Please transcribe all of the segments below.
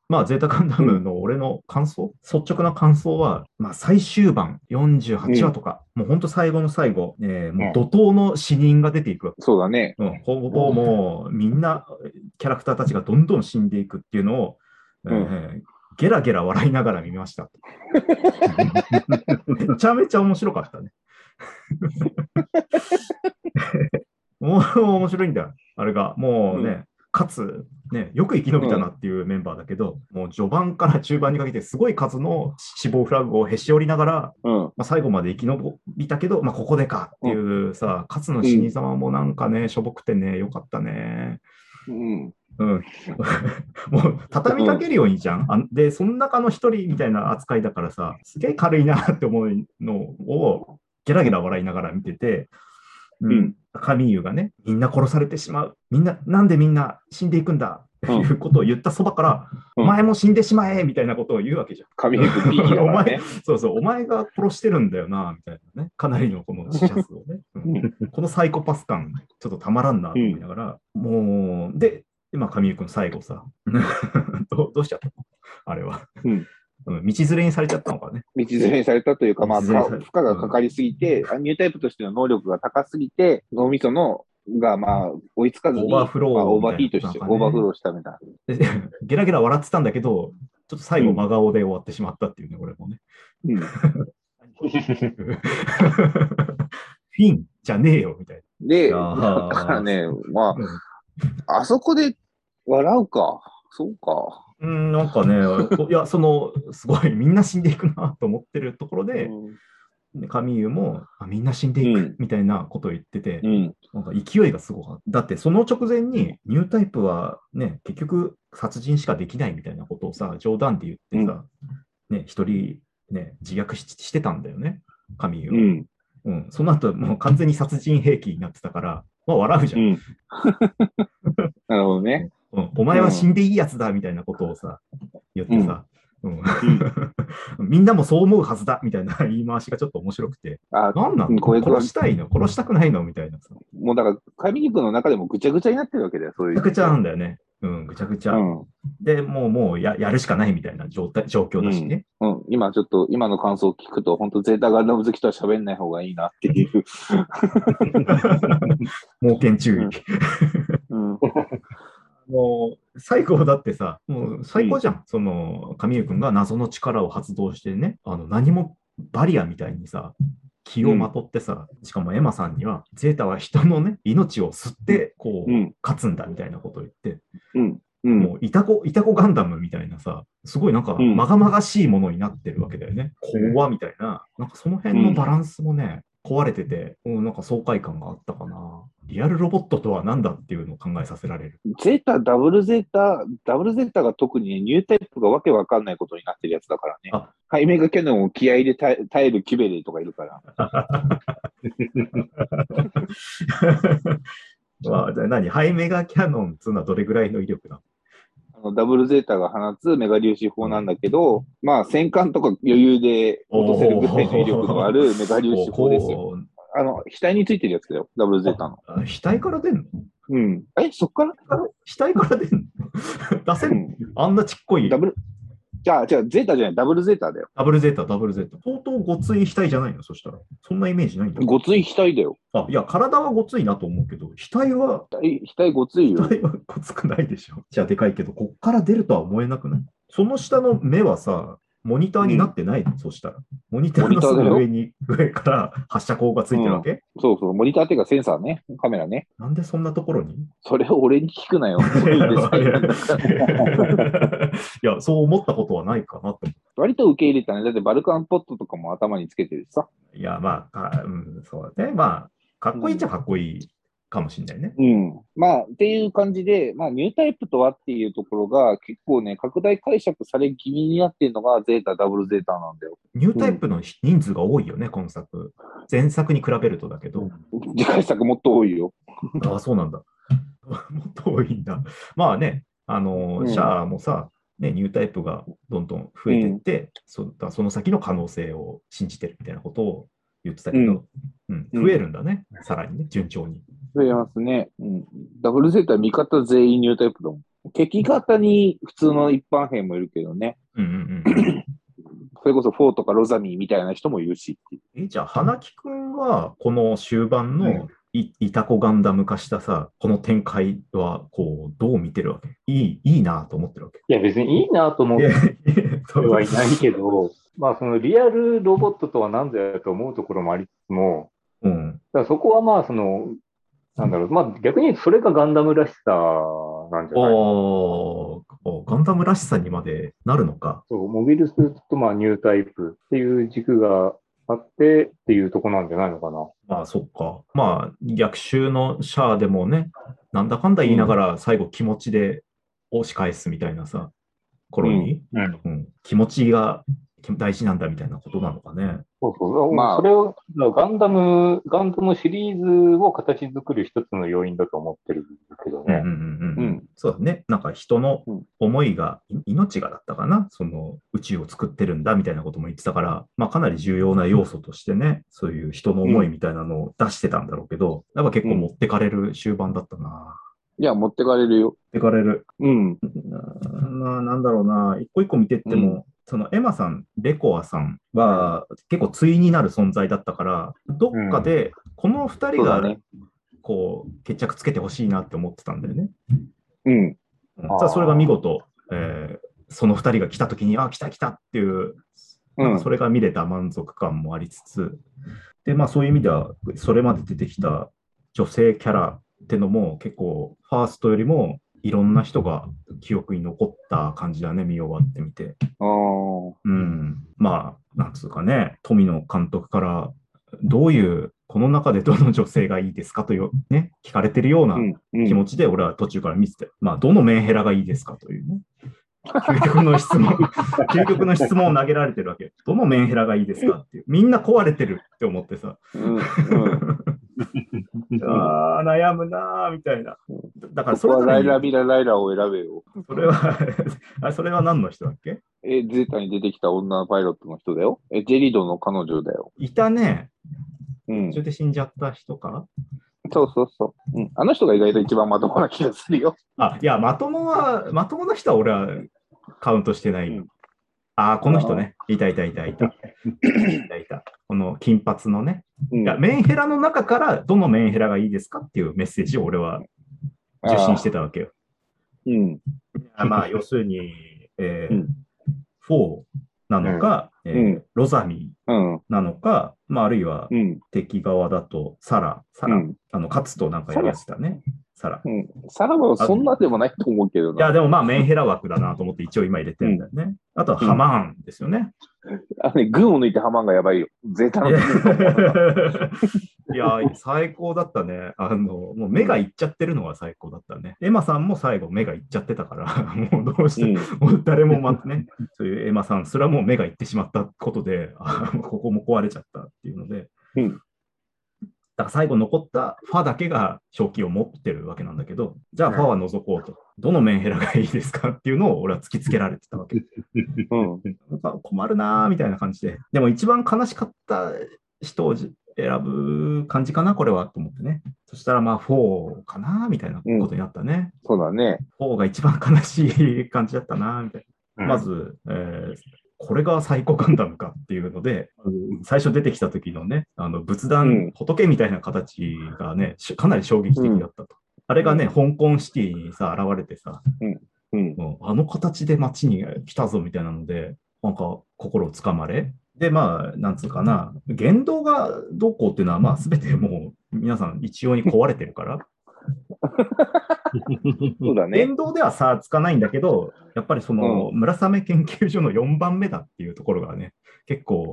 まあ、ゼータガンダムの俺の感想、率直な感想は、まあ、最終盤、48話とか、もう本当最後の最後、もう怒涛の死人が出ていくわけ。 そうだね。 ほぼもう、みんな、キャラクターたちがどんどん死んでいくっていうのを、 うん。 ゲラゲラ笑いながら見ました。めちゃめちゃ面白かったね。もう面白いんだよ。あれが。もうん。 うね、かつ、ね、よく生き延びたなうん。 っていうメンバーだけど、もう序盤から中盤にかけてすごい数の死亡フラグをへし折りながら、 うん。 まあ、最後まで生き延びたけど、まあ、ここでかってうん。 いうさ、勝のうん。 死に様もなんかね、しょぼくてね、よかったね。 うん。 うん。もう、畳みかけるようにじゃん。で、その中の一人みたいな扱いだからさ、すげえ軽いなって思うのを、ゲラゲラ笑いながら見てて、ううん。 ん、カミーユがね、みんな殺されてしまう。みんな、なんでみんな死んでいくんだというん。 うことを言ったそばから、おうん。 前も死んでしまえみたいなことを言うわけじゃ神井君ピーキん。お前、 だからね。 そうそう、お前が殺してるんだよな、みたいなね。かなりのこの死者数をね。うん、 うん。 このサイコパス感、ちょっとたまらんなと思いうん。 ながら、もう、で、今、神井君最後さ、どうしちゃったのあれは。 うん。 道連れにされちゃったのかね。 道連れにされたというか、 道まあ、 連れにされ、 負荷うん。 がかかりすぎて、ニュータイプとしての能力が高すぎて、脳みそのが、まあ、追いつかずに、 オーバーフまあ、 ローオーバーみたいなことなのヒートして、オーバーフかね。 ローしたみたいな。 でゲラゲラ笑ってたんだけど、ちょっと最うん。 後真顔で終わってしまったっていうね、俺もね。 うん。 フィンじゃねえよ、みたいな。いで、 やだからー、 ね、まうん、 あ、あそこで笑うか。そうか。 なんかね、いや、すごい、みんな死んでいくなと思ってるところで、 うん。 カミーユもみんな死んでいくうん。 みたいなことを言ってて、 うん。 なんか勢いがすごかった。だってその直前にニュータイプはね、結局殺人しかできないみたいなことをさ、冗談で言っうん。 てさ、ね、一人ね、自虐してたんだよね、カミーユは。 うん。 うん、その後もう完全に殺人兵器になってたから、まあ笑うじゃん。 うん。なるほどね。 うん、お前は死うん。 んでいいやつだみたいなことをさ、言っうん。 てさ、うん、 うん。 みんなもそう思うはずだみたいな言い回しがちょっと面白くて、 あ、 何なのこれは、 殺したいの殺したくないのみたいなさ、 もうだから、神木君の中でもぐちゃぐちゃになってるわけだよ、そういうぐちゃぐちゃなのって。 んだよね。うん、ぐちゃぐちゃ。 うん。 で、もうやるしかないみたいな状況うん。 だしね。 うん。今ちょっと、今の感想を聞くと、本当ゼータガンダム好きとは喋んない方がいいなっていう。 猛犬注意。 うん。うん。 もう、最後だってさ、もううん。 最高じゃん。神谷君が謎の力を発動してね、何もバリアみたいにさ、気をまうん。 とってさ、しかもエマさんには、ゼータは人のね、命を吸っうん。 て、こう、 うん。 勝つんだみたいなことを言って、 うん。うん。 もう、いたこガンダムみたいなさ、すごいなんか、まうん。 がまがしいものになってるわけだよね。怖みたいな。なんかその辺のバランスもね、壊れてて、なんか爽快感があったかな。リアルロボットとは何だっていうのを考えさせられる。 ゼータ、ダブルゼータが特にね、ニュータイプがわけわかんないことになってるやつだからね。 あ、 ハイメガキャノンを気合で耐えるキュベレーとかいるから。 まあ、じゃあハイメガキャノンっつうのはどれぐらいの威力なダブルゼータが放つメガ粒子砲の？うん。 なんだけど、まあ戦艦とか余裕で落とせるおぐらいの威力のあーるメガ粒子砲ですよ。 こう、 額についてるやつだよ。ダブルゼータの。 額から出んの？ うん。そっから額から出んの？出せんの？ うん。 あんなちっこいダブル、じゃあ、ゼータじゃない、ダブルゼータだよ。 ダブルゼータ。相当ごつい額じゃないのそしたら。そんなイメージないんだけど。 ごつい額だよ。 いや、体はごついなと思うけど、 額ごついよ。 額はごつくないでしょ。じゃあでかいけど、こっから出るとは思えなくない？その下の目はさ、モニターになっうん。 てないのそしたら。モニタモニーのすターだよ。 ぐ上から発射口がつうん。 いてるわけ？ そうそう。モニターっていうかセンサーね。カメラね。 なんでそんなところに？ それを俺に聞くなよ。そういうデザインなんだから。 いや、そう思ったことはないかなと。 割と受け入れたね。だってバルカンポットとかも頭につけてるしさ。 いや、まあ、うん、そうだね。まあ、かっこいいっちゃうん。 かっこいいかもしれないね。 うん。まあ、っていう感じで、まあ、ニュータイプとはっていうところが結構ね、拡大解釈され気味になっているのがゼータ、ダブルゼータなんだよ。 ニューうん。 タイプの人数が多いよね、今作。前作に比べるとだけど。 次回作もっと多いよ。 ああ、そうなんだ。もっと多いんだ。まあね、シうん。 ャアもさ、ね、ニュータイプがどんどん増えてっうん。 て、その先の可能性を信じてるみたいなことを言ってたうん。 けど、うん、増えうん。 るんだね、さらにね、順調に。 増えますね。うん。ダブルゼータ味方全員ニュータイプだもん。 敵方に普通の一般兵もいるけどね。 うんうんうん。 それこそフォーとかロザミーみたいな人もいるしっていじゃあ、花木くんは、この終盤う。うのん。 イタコガンダム化したさ、この展開は、こう、どう見てるわけ？いいなと思ってるわけ？ いや、別にいいなと思っいや、 てはいないけど、まあ、そのリアルロボットとは何ぞやと思うところもありつつも、 うん。 だからそこはまあ、なんだろう、まあ逆にそれがガンダムらしさなんじゃないの。 ガンダムらしさにまでなるのか。 そう、モビルスーツとまあニュータイプっていう軸があってっていうとこなんじゃないのかな。 まあ、そっか。まあ、逆襲のシャアでもね、なんだかんだ言いながら最後気持ちで押し返すみたいなさ、頃に、 うん。 うん、気持ちが大事なんだみたいなことなのかね。 そうそう。 まあそれを、ガンダムシリーズを形作る一つの要因だと思ってるけどね。 そうだね。なんか人のうん思いが、命がだったかな。その宇宙を作ってるんだみたいなことも言ってたから、まあかなり重要な要素としてね、そういう人の思いみたいなのを出してたんだろうけど、やっぱ結構持ってかれる終盤だったな。 いや、持ってかれるよ。 持ってかれる。 うん。 まあなんだろうな。一個一個見てっても、そのエマさん、レコアさんは結構対になる存在だったから、どっかでこの二人がそうだね。 こう決着つけてほしいなって思ってたんだよね。 うん。 ただそれが見事、その二人が来た時に、あ、来た来たっていう、なんかそれが見れた満足感もありつつ、で、まあそういう意味では、それまで出てきた女性キャラってのも結構、ファーストよりもいろんな人が記憶に残った感じだね、見終わってみて。 ああ。 うん。まあ、なんつうかね、富野監督からどういう、この中でどの女性がいいですかというね、聞かれてるような気持ちで俺は途中から見てて、まあ、どのメンヘラがいいですかというね、究極の質問、究極の質問を投げられてるわけ。どのメンヘラがいいですかっていう。みんな壊れてるって思ってさ。ああ、悩むなーみたいな。だからそれはライラ・に、 ミラ・ライラを選べよ。 それはそれは何の人だっけ？ ゼータに出てきた女のパイロットの人だよ。ジェリドの彼女だよ。 いたね。 うん途。中で死んじゃった人か？ そうそうそう。うん。あの人が意外と一番まともな気がするよ。 あ、いや、まともな人は俺はカウントしてないよ。ああ、この人ね。いた。この金髪のね。いや、メンヘラの中からどのメンヘラがいいですかっていうメッセージを俺は受信してたわけよ。まあ、要するに、フォーなのか、ロザミーなのか、まあ、あるいは敵側だとサラ、カツとなんかやらせたね。サラ。 サラはそんなでもないと思うけどな。 いや、でもまあ、メンヘラ枠だなと思って一応今入れてるんだよね。あとはハマーンですよね。 群を抜いてハマーンがやばいよ。ゼータの。 いや、最高だったね。もう目がいっちゃってるのが最高だったね。エマさんも最後目がいっちゃってたから、もうどうして、もう誰もね、そういうエマさんすらもう目がいってしまったことで、ここも壊れちゃったっていうので、だから最後残ったファだけが正気を持ってるわけなんだけど、じゃあファは除こうと。どのメンヘラがいいですかっていうのを俺は突きつけられてたわけ。困るなーみたいな感じで。でも一番悲しかった人を選ぶ感じかな、これはと思ってね。そしたらまあ4かなみたいなことになったね。 そうだね。 4が一番悲しい感じだったなみたいな。まず、これがサイコガンダムかっていうので、最初出てきた時のね、仏壇、仏みたいな形がね、かなり衝撃的だったと。あれがね、香港シティにさ、現れてさ、あの形で街に来たぞみたいなので、なんか心をつかまれ。で、まあ、なんつうかな、言動がどうこうっていうのは、まあ、すべてもう皆さん一様に壊れてるから。 そうだね。 言動では差つかないんだけど、やっぱりその村雨研究所の4番目だっていうところがね、結構、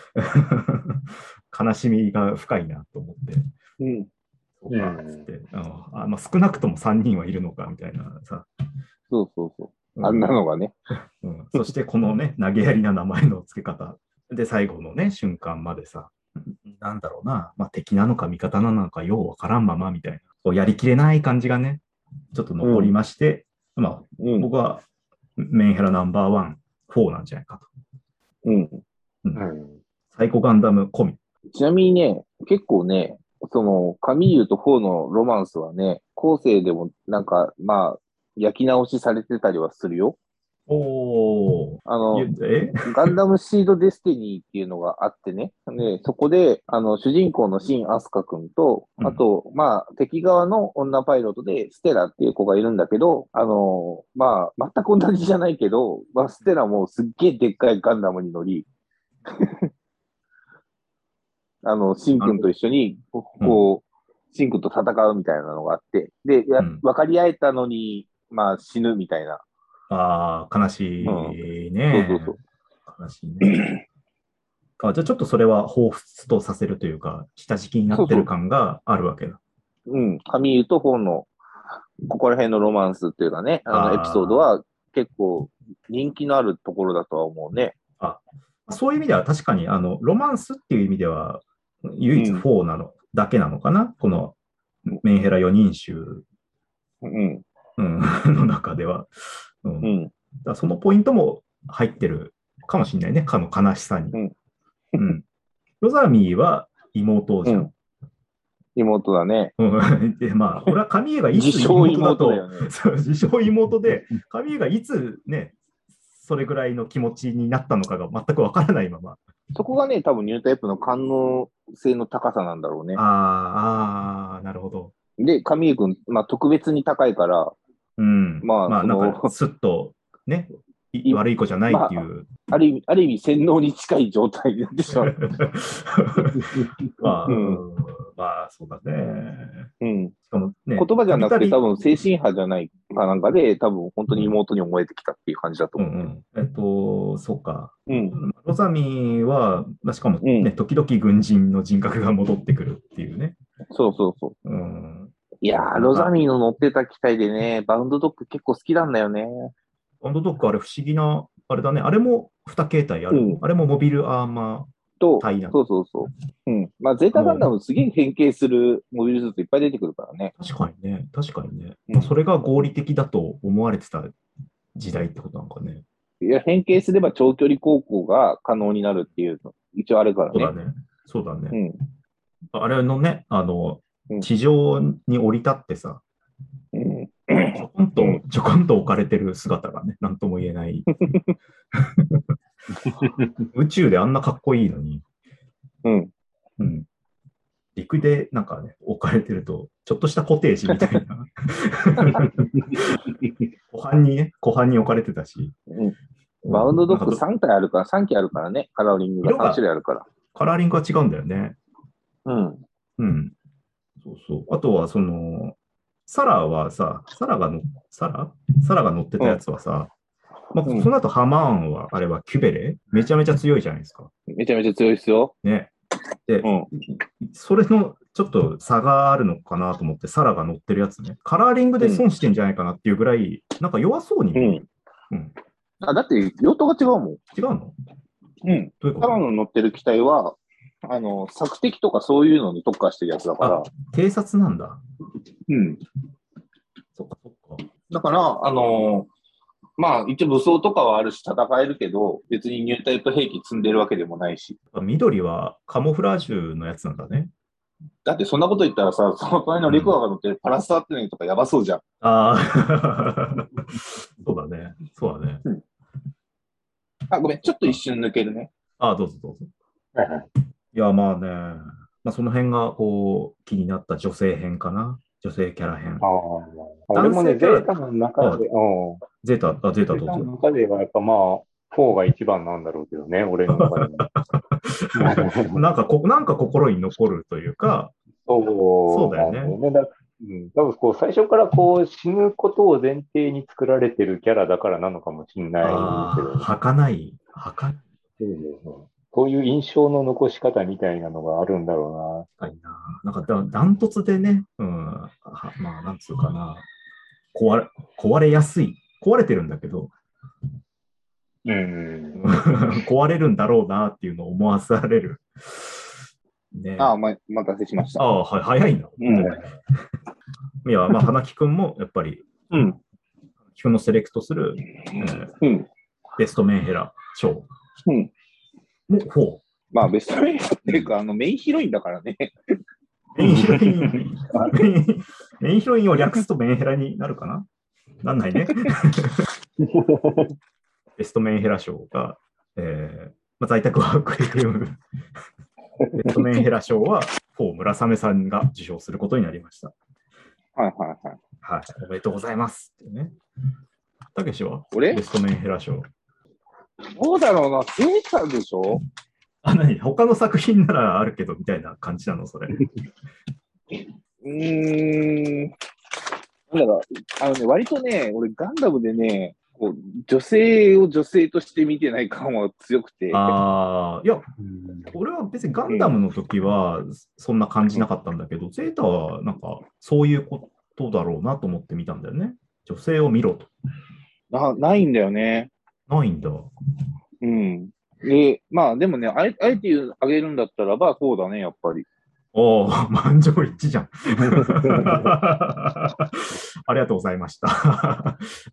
悲しみが深いなと思って。そうかっつってまあ、少なくとも3人はいるのかみたいなさ。 そうあんなのがね。 そしてこのね、投げやりな名前の付け方。で、最後のね、瞬間までさ、なんだろうな、まあ、敵なのか味方なのかようわからんままみたいな、こうやりきれない感じがね、ちょっと残りまして、まあ、僕はメンヘラナンバーワン、4なんじゃないかと。サイコガンダム込み。 ちなみにね、結構ね、その、カミーユと4のロマンスはね、後世でもなんか、まあ、 焼き直しされてたりはするよ。 おー。 ガンダムシードデスティニーっていうのがあってね。で、そこで、主人公のシン・アスカ君と、あと、敵側の女パイロットで、ステラっていう子がいるんだけど、全く同じじゃないけど、ステラもすっげえでっかいガンダムに乗り、シン君と一緒に、シン君と戦うみたいなのがあって、で、分かり合えたのに、死ぬみたいな。 ああ、悲しいね。 そう。 悲しいね。じゃあちょっとそれは彷彿とさせるというか、下敷きになってる感があるわけだ。 神湯と4の、ここら辺のロマンスっていうかね、エピソードは結構人気のあるところだとは思うね。 そういう意味では確かに、ロマンスっていう意味では、唯一4なの、だけなのかな、このメンヘラ4人衆の中では。そのポイントも入ってるかもしれないね、かの悲しさに。ロザミーは妹じゃん。 妹だね。 で、俺は神江がいつ妹だと、自称妹で、神江がいつね、それぐらいの気持ちになったのかが全くわからないまま。 そこがね、多分ニュータイプの官能性の高さなんだろうね。 なるほど。 で、神江君、特別に高いから、 なんか、すっと、ね、悪い子じゃないっていう。 ある意味、洗脳に近い状態でしょ。 そうだね。 しかもね、言葉じゃなくて、多分精神派じゃないかなんかで、多分本当に妹に思えてきたっていう感じだと思う。そうか。ロザミーは、しかもね、時々軍人の人格が戻ってくるっていうね。 そう。いやー、ロザミーの乗ってた機体でね、バウンドドッグ結構好きなんだよね。 バウンドドッグあれ不思議な、あれだね。あれも2形態ある。あれもモビルアーマー体なの。 そう。ゼータガンダムすげえ変形するモビルスーツいっぱい出てくるからね。 確かにね。それが合理的だと思われてた時代ってことなのかね。 いや、変形すれば長距離航行が可能になるっていうの、一応あるからね。 そうだね。あれのね、地上に降り立ってさ、ちょこんと置かれてる姿がね、なんとも言えない。宇宙であんなかっこいいのに、陸でなんかね、置かれてると、ちょっとしたコテージみたいな。湖畔に置かれてたし。 バウンドドッグ3体あるから、3機あるからね、カラーリングが3種類あるから。 カラーリングが違うんだよね。そう。あとは、サラが乗ってたやつはさ、その後ハマーンは、あれはキュベレめちゃめちゃ強いじゃないですか。 めちゃめちゃ強いですよ。 ね。で、それのちょっと差があるのかなと思って、サラが乗ってるやつね。カラーリングで損してんじゃないかなっていうぐらい、なんか弱そうに見える。 だって用途が違うもん。 違うの？どういうこと？サラの乗ってる機体は、索敵とかそういうのに特化してるやつだから。 偵察なんだ。そっか。 だから、一応武装とかはあるし戦えるけど、別にニュータイプ兵器積んでるわけでもないし。 緑はカモフラージュのやつなんだね。 だってそんなこと言ったらさ、その隣のレクアが乗ってるパラスターってのとかやばそうじゃん。 そうだね。 ごめん、ちょっと一瞬抜けるね。 どうぞ。いや、その辺がこう気になった女性編かな。女性キャラ編。 俺もね、ゼータの中で、 ゼータどうぞ。 ゼータの中ではやっぱ4が一番なんだろうけどね、俺の中でも。 なんか心に残るというか、そうだよね。 多分最初から死ぬことを前提に作られてるキャラだからなのかもしれないけど、 儚い。 こういう印象の残し方みたいなのがあるんだろうな。なんかダントツでね、なんつうかな、壊れやすい。壊れてるんだけど、壊れるんだろうなっていうのを思わされる。 ね、お待たせしました。 早いな。いや、花木くんもやっぱり、花木くんのセレクトする、ベストメンヘラ賞。ベストメンヘラっていうか、メインヒロインだからね。 メインヒロインを略すとメンヘラになるかな？ なんないね。ベストメンヘラ賞が、在宅ワーク FM ベストメンヘラ賞は、フォー村雨さんが受賞することになりました。 はいはいはい。 はい、おめでとうございますってね。たけしは俺ベストメンヘラ賞。 どうだろうな、セーターでしょ？ 何他の作品ならあるけどみたいな感じなの、それ。 なんだろう、割とね、俺ガンダムでね、こう女性を女性として見てない感は強くて。 いや、俺は別にガンダムの時はそんな感じなかったんだけど、ゼータはなんかそういうことだろうなと思って見たんだよね。女性を見ろと。 ないんだよね。 ないんだ。 うん。で、まあでもね、あえてあげるんだったらば、そうだね、やっぱり。 おー、満場一致じゃん。ありがとうございました。